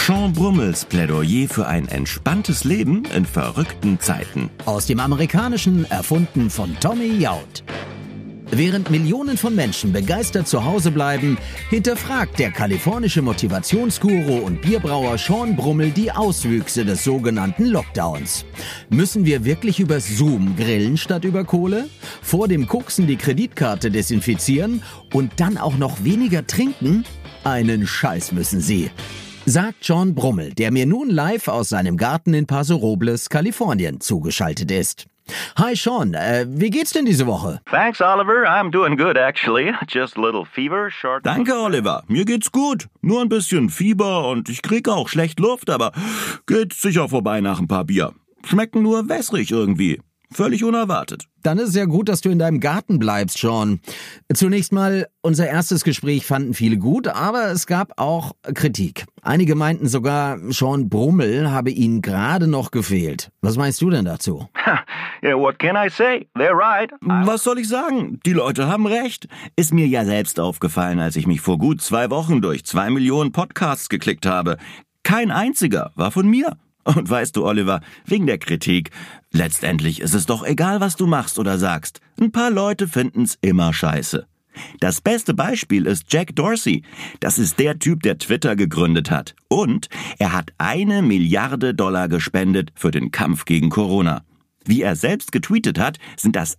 Sean Brummels Plädoyer für ein entspanntes Leben in verrückten Zeiten. Aus dem Amerikanischen, erfunden von Tommy Jaud. Während Millionen von Menschen begeistert zu Hause bleiben, hinterfragt der kalifornische Motivationsguru und Bierbrauer Sean Brummel die Auswüchse des sogenannten Lockdowns. Müssen wir wirklich über Zoom grillen statt über Kohle? Vor dem Koksen die Kreditkarte desinfizieren und dann auch noch weniger trinken? Einen Scheiß müssen Sie, sagt Sean Brummel, der mir nun live aus seinem Garten in Paso Robles, Kalifornien, zugeschaltet ist. Hi Sean, wie geht's denn diese Woche? Thanks, Oliver. I'm doing good, actually. Just a little fever, short... Danke, Oliver. Mir geht's gut. Nur ein bisschen Fieber und ich krieg auch schlecht Luft, aber geht sicher vorbei nach ein paar Bier. Schmecken nur wässrig irgendwie. Völlig unerwartet. Dann ist es ja gut, dass du in deinem Garten bleibst, Sean. Zunächst mal, unser erstes Gespräch fanden viele gut, aber es gab auch Kritik. Einige meinten sogar, Sean Brummel habe ihnen gerade noch gefehlt. Was meinst du denn dazu? Yeah, what can I say? They're right. Was soll ich sagen? Die Leute haben recht. Ist mir ja selbst aufgefallen, als ich mich vor gut 2 Wochen durch 2 Millionen Podcasts geklickt habe. Kein einziger war von mir. Und weißt du, Oliver, wegen der Kritik, letztendlich ist es doch egal, was du machst oder sagst. Ein paar Leute finden's immer scheiße. Das beste Beispiel ist Jack Dorsey. Das ist der Typ, der Twitter gegründet hat. Und er hat $1 Milliarde gespendet für den Kampf gegen Corona. Wie er selbst getweetet hat, sind das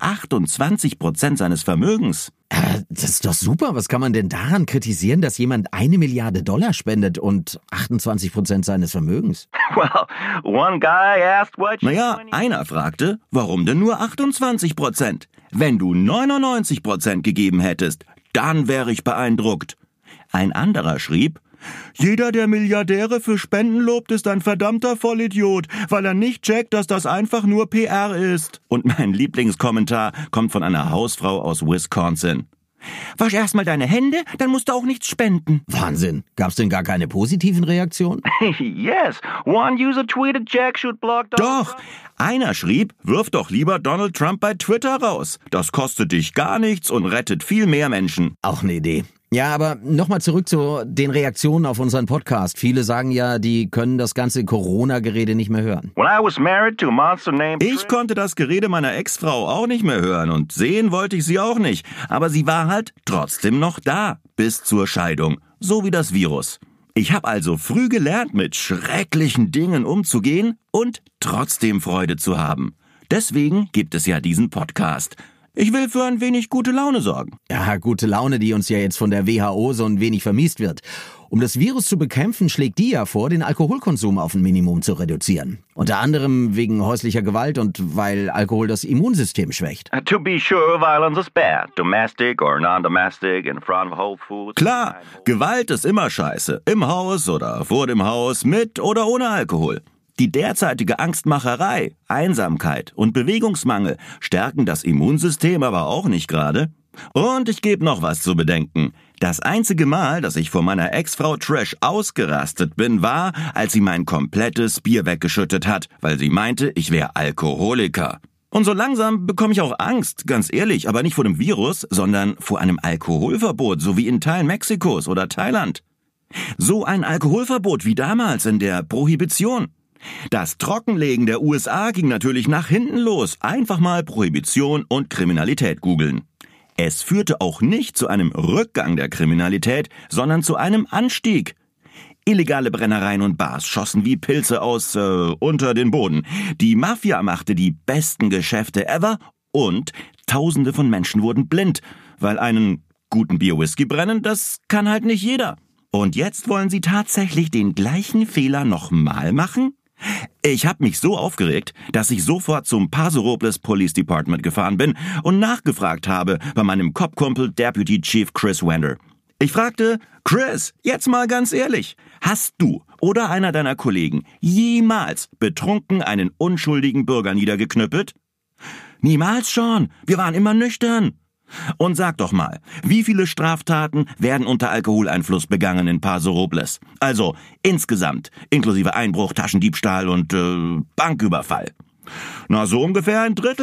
28% seines Vermögens. Das ist doch super. Was kann man denn daran kritisieren, dass jemand $1 Milliarde spendet und 28% seines Vermögens? Well, one guy asked what... Naja, einer fragte, warum denn nur 28%? Wenn du 99% gegeben hättest, dann wäre ich beeindruckt. Ein anderer schrieb, jeder, der Milliardäre für Spenden lobt, ist ein verdammter Vollidiot, weil er nicht checkt, dass das einfach nur PR ist. Und mein Lieblingskommentar kommt von einer Hausfrau aus Wisconsin. Wasch erstmal deine Hände, dann musst du auch nichts spenden. Wahnsinn. Gab's denn gar keine positiven Reaktionen? Yes, one user tweeted Jack should block... Doch, einer schrieb, wirf doch lieber Donald Trump bei Twitter raus. Das kostet dich gar nichts und rettet viel mehr Menschen. Auch eine Idee. Ja, aber nochmal zurück zu den Reaktionen auf unseren Podcast. Viele sagen ja, die können das ganze Corona-Gerede nicht mehr hören. When I was married to a monster named... Ich konnte das Gerede meiner Ex-Frau auch nicht mehr hören und sehen wollte ich sie auch nicht. Aber sie war halt trotzdem noch da, bis zur Scheidung. So wie das Virus. Ich habe also früh gelernt, mit schrecklichen Dingen umzugehen und trotzdem Freude zu haben. Deswegen gibt es ja diesen Podcast. Ich will für ein wenig gute Laune sorgen. Ja, gute Laune, die uns ja jetzt von der WHO so ein wenig vermiest wird. Um das Virus zu bekämpfen, schlägt die ja vor, den Alkoholkonsum auf ein Minimum zu reduzieren. Unter anderem wegen häuslicher Gewalt und weil Alkohol das Immunsystem schwächt. To be sure, violence is bad. Domestic or non-domestic, in front of Whole Foods... Klar, Gewalt ist immer scheiße. Im Haus oder vor dem Haus, mit oder ohne Alkohol. Die derzeitige Angstmacherei, Einsamkeit und Bewegungsmangel stärken das Immunsystem aber auch nicht gerade. Und ich gebe noch was zu bedenken. Das einzige Mal, dass ich vor meiner Ex-Frau Trash ausgerastet bin, war, als sie mein komplettes Bier weggeschüttet hat, weil sie meinte, ich wäre Alkoholiker. Und so langsam bekomme ich auch Angst, ganz ehrlich, aber nicht vor dem Virus, sondern vor einem Alkoholverbot, so wie in Teilen Mexikos oder Thailand. So ein Alkoholverbot wie damals in der Prohibition. Das Trockenlegen der USA ging natürlich nach hinten los. Einfach mal Prohibition und Kriminalität googeln. Es führte auch nicht zu einem Rückgang der Kriminalität, sondern zu einem Anstieg. Illegale Brennereien und Bars schossen wie Pilze aus unter den Boden. Die Mafia machte die besten Geschäfte ever und Tausende von Menschen wurden blind, weil einen guten Bier-Whisky brennen, das kann halt nicht jeder. Und jetzt wollen sie tatsächlich den gleichen Fehler nochmal machen? Ich habe mich so aufgeregt, dass ich sofort zum Paso Robles Police Department gefahren bin und nachgefragt habe bei meinem Cop-Kumpel Deputy Chief Chris Wander. Ich fragte, Chris, jetzt mal ganz ehrlich, hast du oder einer deiner Kollegen jemals betrunken einen unschuldigen Bürger niedergeknüppelt? Niemals, Sean, wir waren immer nüchtern. Und sag doch mal, wie viele Straftaten werden unter Alkoholeinfluss begangen in Paso Robles? Also insgesamt, inklusive Einbruch, Taschendiebstahl und Banküberfall. Na, so ungefähr 1/3.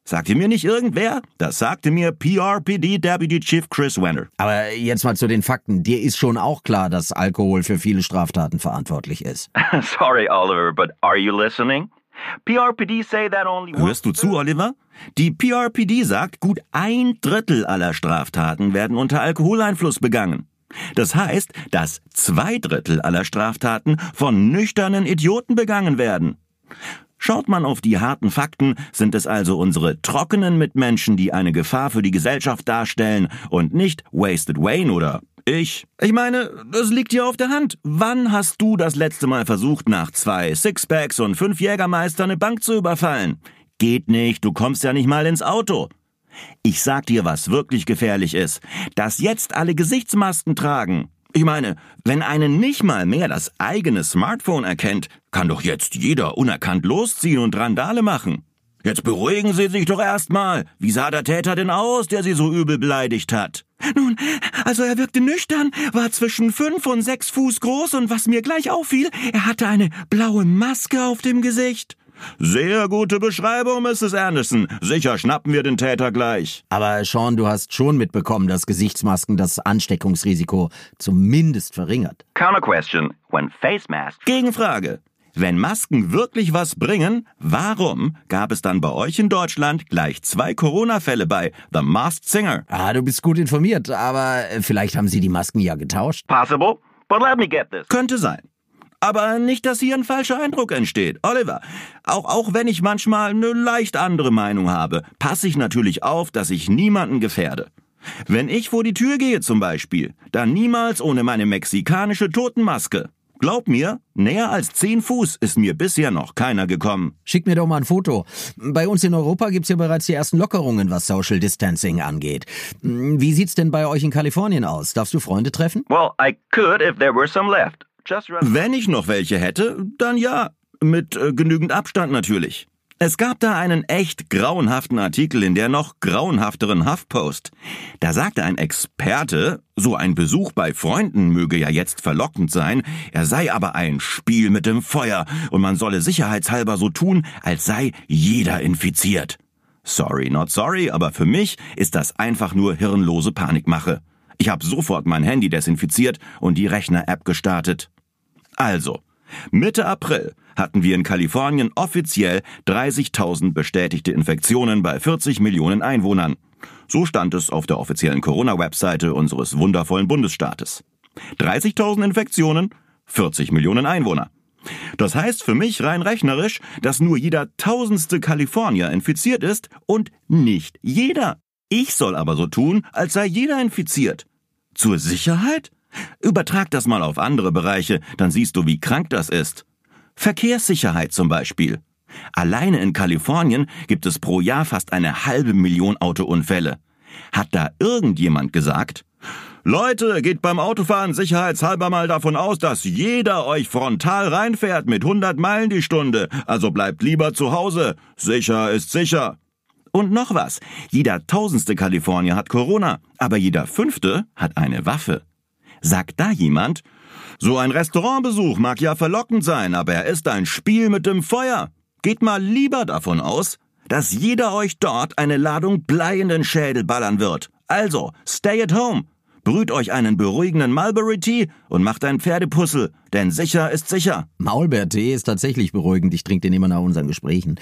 Sagte mir nicht irgendwer? Das sagte mir PRPD Deputy Chief Chris Wenner. Aber jetzt mal zu den Fakten. Dir ist schon auch klar, dass Alkohol für viele Straftaten verantwortlich ist. Sorry, Oliver, but are you listening? PRPD say that only... Hörst du zu, Oliver? Die PRPD sagt, gut 1/3 aller Straftaten werden unter Alkoholeinfluss begangen. Das heißt, dass 2/3 aller Straftaten von nüchternen Idioten begangen werden. Schaut man auf die harten Fakten, sind es also unsere trockenen Mitmenschen, die eine Gefahr für die Gesellschaft darstellen und nicht Wasted Wayne oder ich. Ich meine, das liegt hier auf der Hand. Wann hast du das letzte Mal versucht, nach 2 Sixpacks und 5 Jägermeister eine Bank zu überfallen? Geht nicht, du kommst ja nicht mal ins Auto. Ich sag dir, was wirklich gefährlich ist. Dass jetzt alle Gesichtsmasken tragen. Ich meine, wenn einen nicht mal mehr das eigene Smartphone erkennt, kann doch jetzt jeder unerkannt losziehen und Randale machen. Jetzt beruhigen Sie sich doch erstmal. Wie sah der Täter denn aus, der Sie so übel beleidigt hat? Nun, also er wirkte nüchtern, war zwischen 5 und 6 Fuß groß und was mir gleich auffiel, er hatte eine blaue Maske auf dem Gesicht. Sehr gute Beschreibung, Mrs. Anderson. Sicher schnappen wir den Täter gleich. Aber Sean, du hast schon mitbekommen, dass Gesichtsmasken das Ansteckungsrisiko zumindest verringert. Counter question. When face masks... Gegenfrage. Wenn Masken wirklich was bringen, warum gab es dann bei euch in Deutschland gleich 2 Corona-Fälle bei The Masked Singer? Ah, du bist gut informiert, aber vielleicht haben sie die Masken ja getauscht. Possible, but let me get this. Könnte sein. Aber nicht, dass hier ein falscher Eindruck entsteht. Oliver, auch wenn ich manchmal eine leicht andere Meinung habe, passe ich natürlich auf, dass ich niemanden gefährde. Wenn ich vor die Tür gehe zum Beispiel, dann niemals ohne meine mexikanische Totenmaske. Glaub mir, näher als 10 Fuß ist mir bisher noch keiner gekommen. Schick mir doch mal ein Foto. Bei uns in Europa gibt's ja bereits die ersten Lockerungen, was Social Distancing angeht. Wie sieht's denn bei euch in Kalifornien aus? Darfst du Freunde treffen? Well, I could if there were some left. Wenn ich noch welche hätte, dann ja. Mit genügend Abstand natürlich. Es gab da einen echt grauenhaften Artikel in der noch grauenhafteren HuffPost. Da sagte ein Experte, so ein Besuch bei Freunden möge ja jetzt verlockend sein, er sei aber ein Spiel mit dem Feuer und man solle sicherheitshalber so tun, als sei jeder infiziert. Sorry, not sorry, aber für mich ist das einfach nur hirnlose Panikmache. Ich habe sofort mein Handy desinfiziert und die Rechner-App gestartet. Also, Mitte April hatten wir in Kalifornien offiziell 30.000 bestätigte Infektionen bei 40 Millionen Einwohnern. So stand es auf der offiziellen Corona-Webseite unseres wundervollen Bundesstaates. 30.000 Infektionen, 40 Millionen Einwohner. Das heißt für mich rein rechnerisch, dass nur jeder 1000. Kalifornier infiziert ist und nicht jeder. Ich soll aber so tun, als sei jeder infiziert. Zur Sicherheit? Übertrag das mal auf andere Bereiche, dann siehst du, wie krank das ist. Verkehrssicherheit zum Beispiel. Alleine in Kalifornien gibt es pro Jahr fast 500.000 Autounfälle. Hat da irgendjemand gesagt: Leute, geht beim Autofahren sicherheitshalber mal davon aus, dass jeder euch frontal reinfährt mit 100 Meilen die Stunde, also bleibt lieber zu Hause. Sicher ist sicher. Und noch was, jeder 1000. Kalifornier hat Corona, aber jeder 5. hat eine Waffe. Sagt da jemand: So ein Restaurantbesuch mag ja verlockend sein, aber er ist ein Spiel mit dem Feuer. Geht mal lieber davon aus, dass jeder euch dort eine Ladung Blei in den Schädel ballern wird. Also, stay at home. Brüht euch einen beruhigenden Mulberry-Tee und macht ein Pferdepuzzle, denn sicher ist sicher. Maulbeertee ist tatsächlich beruhigend, ich trinke den immer nach unseren Gesprächen.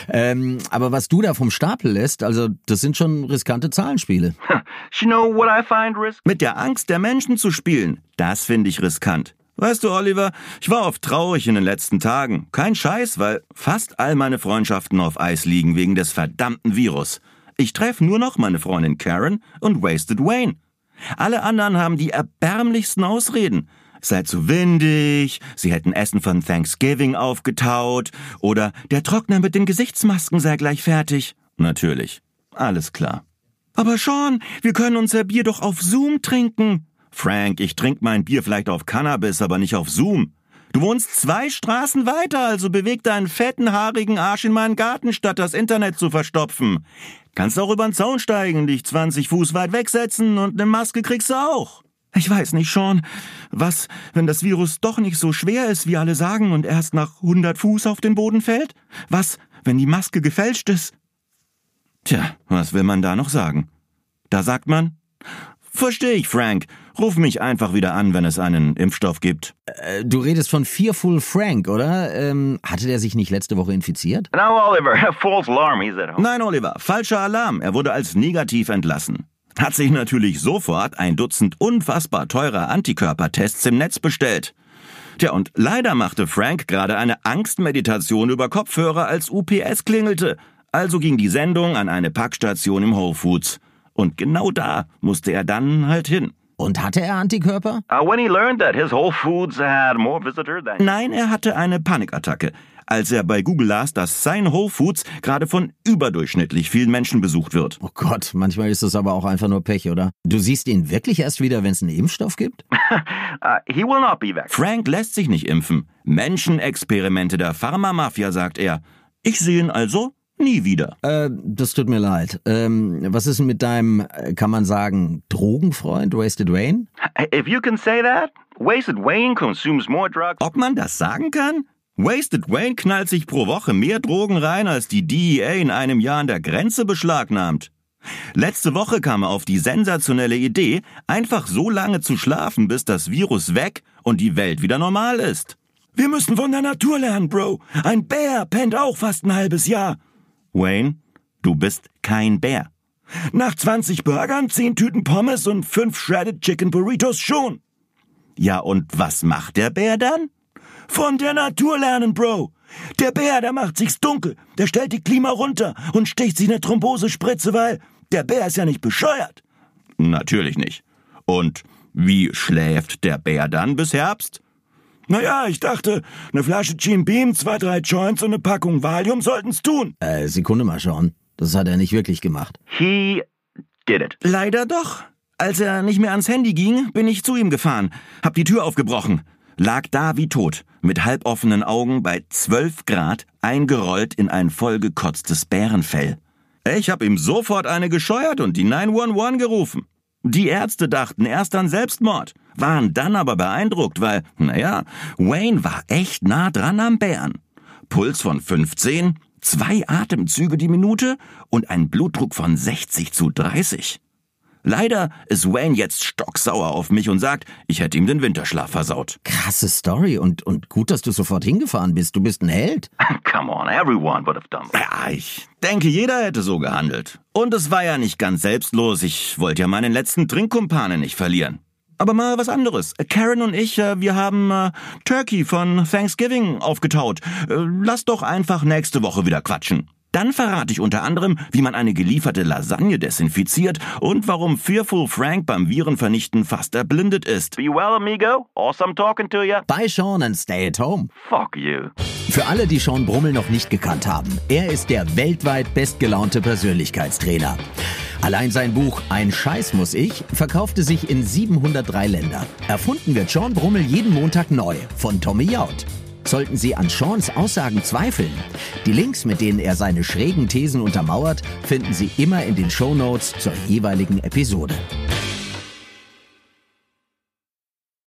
Aber was du da vom Stapel lässt, also das sind schon riskante Zahlenspiele. You know what I find risky? Mit der Angst der Menschen zu spielen, das finde ich riskant. Weißt du, Oliver, ich war oft traurig in den letzten Tagen. Kein Scheiß, weil fast all meine Freundschaften auf Eis liegen wegen des verdammten Virus. Ich treffe nur noch meine Freundin Karen und Wasted Wayne. Alle anderen haben die erbärmlichsten Ausreden. Es sei zu windig, sie hätten Essen von Thanksgiving aufgetaut oder der Trockner mit den Gesichtsmasken sei gleich fertig. Natürlich, alles klar. Aber Sean, wir können unser Bier doch auf Zoom trinken. Frank, ich trinke mein Bier vielleicht auf Cannabis, aber nicht auf Zoom. Du wohnst 2 Straßen weiter, also beweg deinen fetten, haarigen Arsch in meinen Garten, statt das Internet zu verstopfen. Kannst auch über den Zaun steigen, dich 20 Fuß weit wegsetzen und eine Maske kriegst du auch. Ich weiß nicht, Sean. Was, wenn das Virus doch nicht so schwer ist, wie alle sagen, und erst nach 100 Fuß auf den Boden fällt? Was, wenn die Maske gefälscht ist? Tja, was will man da noch sagen? Da sagt man, verstehe ich, Frank. Ruf mich einfach wieder an, wenn es einen Impfstoff gibt. Du redest von Fearful Frank, oder? Hatte der sich nicht letzte Woche infiziert? No, Oliver, false alarm, he's at home. Nein, Oliver, falscher Alarm. Er wurde als negativ entlassen. Hat sich natürlich sofort 1 Dutzend unfassbar teurer Antikörpertests im Netz bestellt. Tja, und leider machte Frank gerade eine Angstmeditation über Kopfhörer, als UPS klingelte. Also ging die Sendung an eine Packstation im Whole Foods. Und genau da musste er dann halt hin. Und hatte er Antikörper? When he learned that his Whole Foods had more visitors than... Nein, er hatte eine Panikattacke, als er bei Google las, dass sein Whole Foods gerade von überdurchschnittlich vielen Menschen besucht wird. Oh Gott, manchmal ist es aber auch einfach nur Pech, oder? Du siehst ihn wirklich erst wieder, wenn es einen Impfstoff gibt? He will not be vaccinated. Frank lässt sich nicht impfen. Menschenexperimente der Pharmamafia, sagt er. Ich sehe ihn also nie wieder. Das tut mir leid. Was ist denn mit deinem, kann man sagen, Drogenfreund, Wasted Wayne? If you can say that, Wasted Wayne consumes more drugs. Ob man das sagen kann? Wasted Wayne knallt sich pro Woche mehr Drogen rein, als die DEA in einem Jahr an der Grenze beschlagnahmt. Letzte Woche kam er auf die sensationelle Idee, einfach so lange zu schlafen, bis das Virus weg und die Welt wieder normal ist. Wir müssen von der Natur lernen, Bro. Ein Bär pennt auch fast ein halbes Jahr. Wayne, du bist kein Bär. Nach 20 Burgern, 10 Tüten Pommes und 5 Shredded Chicken Burritos schon. Ja, und was macht der Bär dann? Von der Natur lernen, Bro. Der Bär, der macht sich's dunkel. Der stellt die Klima runter und sticht sich eine Thrombosespritze, weil der Bär ist ja nicht bescheuert. Natürlich nicht. Und wie schläft der Bär dann bis Herbst? Naja, ich dachte, eine Flasche Jim Beam, 2, 3 Joints und eine Packung Valium sollten's tun. Sekunde mal schauen. Das hat er nicht wirklich gemacht. He did it. Leider doch. Als er nicht mehr ans Handy ging, bin ich zu ihm gefahren. Hab die Tür aufgebrochen. Lag da wie tot, mit halboffenen Augen bei 12 Grad, eingerollt in ein vollgekotztes Bärenfell. Ich hab ihm sofort eine gescheuert und die 911 gerufen. Die Ärzte dachten erst an Selbstmord, waren dann aber beeindruckt, weil, Wayne war echt nah dran am Bären. Puls von 15, 2 Atemzüge die Minute und ein Blutdruck von 60:30. Leider ist Wayne jetzt stocksauer auf mich und sagt, ich hätte ihm den Winterschlaf versaut. Krasse Story und gut, dass du sofort hingefahren bist. Du bist ein Held. Come on, everyone would have done that. Ja, ich denke, jeder hätte so gehandelt. Und es war ja nicht ganz selbstlos. Ich wollte ja meinen letzten Trinkkumpanen nicht verlieren. Aber mal was anderes. Karen und ich, wir haben Turkey von Thanksgiving aufgetaut. Lass doch einfach nächste Woche wieder quatschen. Dann verrate ich unter anderem, wie man eine gelieferte Lasagne desinfiziert und warum Fearful Frank beim Virenvernichten fast erblindet ist. Be well, amigo. Awesome talking to you. Bye, Sean, and stay at home. Fuck you. Für alle, die Sean Brummel noch nicht gekannt haben, er ist der weltweit bestgelaunte Persönlichkeitstrainer. Allein sein Buch Ein Scheiß muss ich verkaufte sich in 703 Ländern. Erfunden wird Sean Brummel jeden Montag neu von Tommy Jaud. Sollten Sie an Seans Aussagen zweifeln? Die Links, mit denen er seine schrägen Thesen untermauert, finden Sie immer in den Shownotes zur jeweiligen Episode.